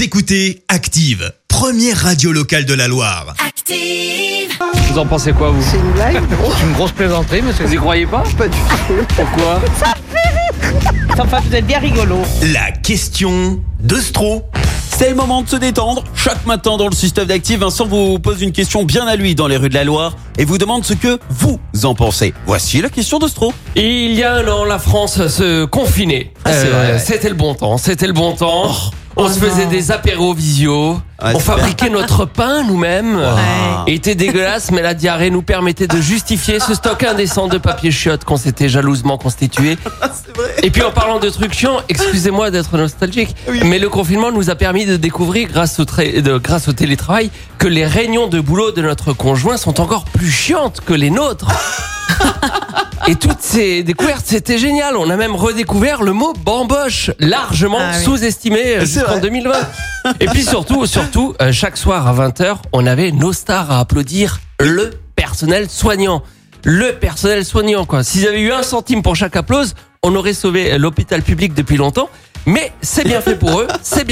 Vous écoutez Active, première radio locale de la Loire. Active. Vous en pensez quoi, vous? C'est une blague? C'est une grosse plaisanterie, monsieur. Vous y croyez pas? Pas du tout. Pourquoi? Enfin, vous êtes bien rigolo. La question de Stro. C'est le moment de se détendre. Chaque matin dans le système d'Active, Vincent vous pose une question bien à lui dans les rues de la Loire et vous demande ce que vous en pensez. Voici la question de Stro. Il y a un an, la France se confinait. C'est vrai. C'était le bon temps, On se faisait des apéros visio. Ouais, On super. fabriquait notre pain nous-mêmes. Était dégueulasse, mais la diarrhée nous permettait de justifier ce stock indécent de papier chiottes qu'on s'était jalousement constitué. Et puis en parlant de trucs chiants, excusez-moi d'être nostalgique, mais le confinement nous a permis de découvrir, grâce au télétravail, que les réunions de boulot de notre conjoint sont encore plus chiantes que les nôtres. Et toutes ces découvertes, c'était génial. On a même redécouvert le mot bamboche, largement sous-estimé jusqu'en 2020. Et puis surtout, chaque soir à 20h, on avait nos stars à applaudir, le personnel soignant. Le personnel soignant, quoi. S'ils avaient eu 1 centime pour chaque applause, on aurait sauvé l'hôpital public depuis longtemps. Mais c'est bien fait pour eux,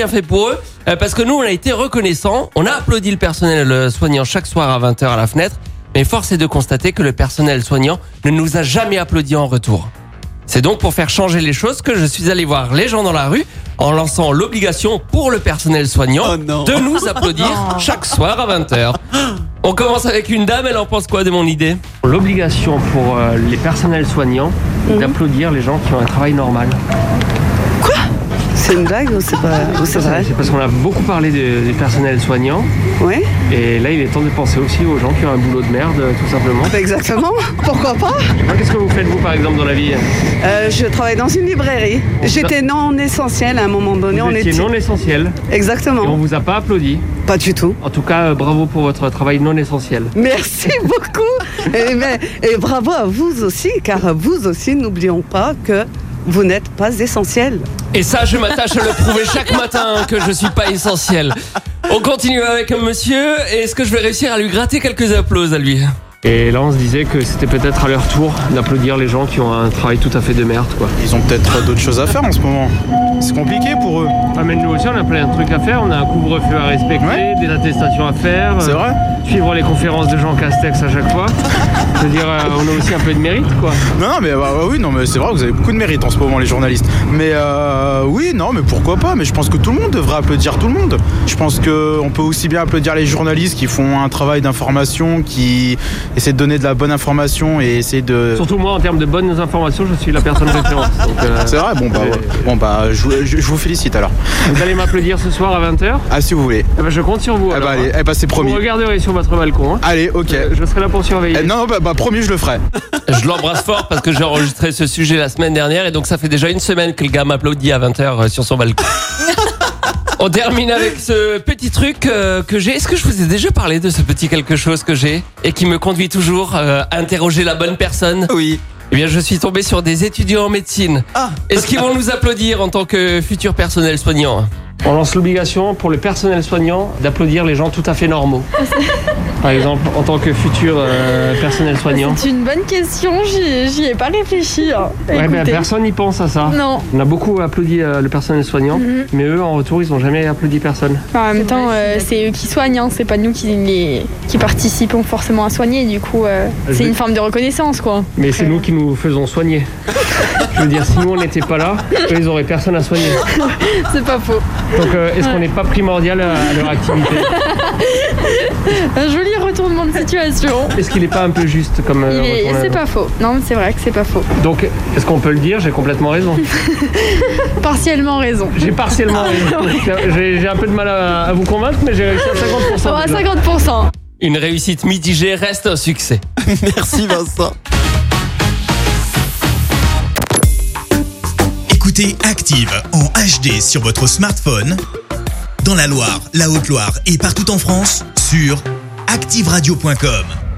parce que nous, on a été reconnaissants. On a applaudi le personnel soignant chaque soir à 20h à la fenêtre. Mais force est de constater que le personnel soignant ne nous a jamais applaudi en retour. C'est donc pour faire changer les choses que je suis allé voir les gens dans la rue en lançant l'obligation pour le personnel soignant de nous applaudir chaque soir à 20h. On commence avec une dame, elle en pense quoi de mon idée? L'obligation pour les personnels soignants d'applaudir les gens qui ont un travail normal. C'est une blague ou c'est pas ou c'est vrai? C'est parce qu'on a beaucoup parlé des personnels soignants. Oui. Et là, il est temps de penser aussi aux gens qui ont un boulot de merde, tout simplement. Exactement. Pourquoi pas? Qu'est-ce que vous faites, vous, par exemple, dans la vie? Je travaille dans une librairie. J'étais non essentiel à un moment donné. Vous étiez non essentiel. Exactement. Et on vous a pas applaudi. Pas du tout. En tout cas, bravo pour votre travail non essentiel. Merci beaucoup. Et bravo à vous aussi, car vous aussi, n'oublions pas que vous n'êtes pas essentiel. Et ça, je m'attache à le prouver chaque matin que je suis pas essentiel. On continue avec un monsieur. Est-ce que je vais réussir à lui gratter quelques applauses à lui? Et là, on se disait que c'était peut-être à leur tour d'applaudir les gens qui ont un travail tout à fait de merde, quoi. Ils ont peut-être d'autres choses à faire en ce moment. C'est compliqué pour eux. Ah, mais nous aussi, on a plein de trucs à faire. On a un couvre-feu à respecter, des attestations à faire. C'est vrai? Suivre les conférences de Jean Castex à chaque fois. Je veux dire, on a aussi un peu de mérite, quoi. Non, mais oui, non, mais c'est vrai, vous avez beaucoup de mérite en ce moment, les journalistes. Mais oui, non, mais pourquoi pas? Mais je pense que tout le monde devrait applaudir tout le monde. Je pense qu'on peut aussi bien applaudir les journalistes qui font un travail d'information, qui essaient de donner de la bonne information et essayer de... Surtout moi, en termes de bonnes informations, je suis la personne référence. Donc, C'est vrai? Je vous félicite alors. Vous allez m'applaudir ce soir à 20h? Ah, si vous voulez. Eh ben, je compte sur vous. Ah alors, bah allez, c'est promis. Vous regarderez sur votre balcon. Hein. Allez, ok. Je serai là pour surveiller. Non, promis, je le ferai. Je l'embrasse fort parce que j'ai enregistré ce sujet la semaine dernière et donc ça fait déjà 1 semaine que le gars m'applaudit à 20h sur son balcon. On termine avec ce petit truc que j'ai. Est-ce que je vous ai déjà parlé de ce petit quelque chose que j'ai et qui me conduit toujours à interroger la bonne personne? Oui. Eh bien, je suis tombé sur des étudiants en médecine. Est-ce qu'ils vont nous applaudir en tant que futur personnel soignant? On lance l'obligation pour le personnel soignant d'applaudir les gens tout à fait normaux. Par exemple, en tant que futur personnel soignant. C'est une bonne question, j'y ai pas réfléchi. Hein. Ouais, ben, Écoutez. personne n'y pense à ça. Non. On a beaucoup applaudi le personnel soignant, mais eux, en retour, ils n'ont jamais applaudi personne. Enfin, en même temps, c'est eux qui soignent, hein. C'est pas nous qui participons forcément à soigner. Du coup, c'est une forme de reconnaissance, quoi. Mais c'est nous qui nous faisons soigner. Je veux dire, si nous, on n'était pas là, eux, ils n'auraient personne à soigner. C'est pas faux. Donc, est-ce qu'on n'est pas primordial à leur activité? Un joli retournement de situation. Est-ce qu'il n'est pas un peu juste comme retournement? C'est pas faux. Non, c'est vrai que c'est pas faux. Donc, est-ce qu'on peut le dire? J'ai complètement raison. Partiellement raison. J'ai partiellement raison. J'ai un peu de mal à vous convaincre, mais j'ai réussi à 50%. Oh, à déjà. 50%. Une réussite mitigée reste un succès. Merci Vincent. Écoutez Active en HD sur votre smartphone, dans la Loire, la Haute-Loire et partout en France, sur activeradio.com.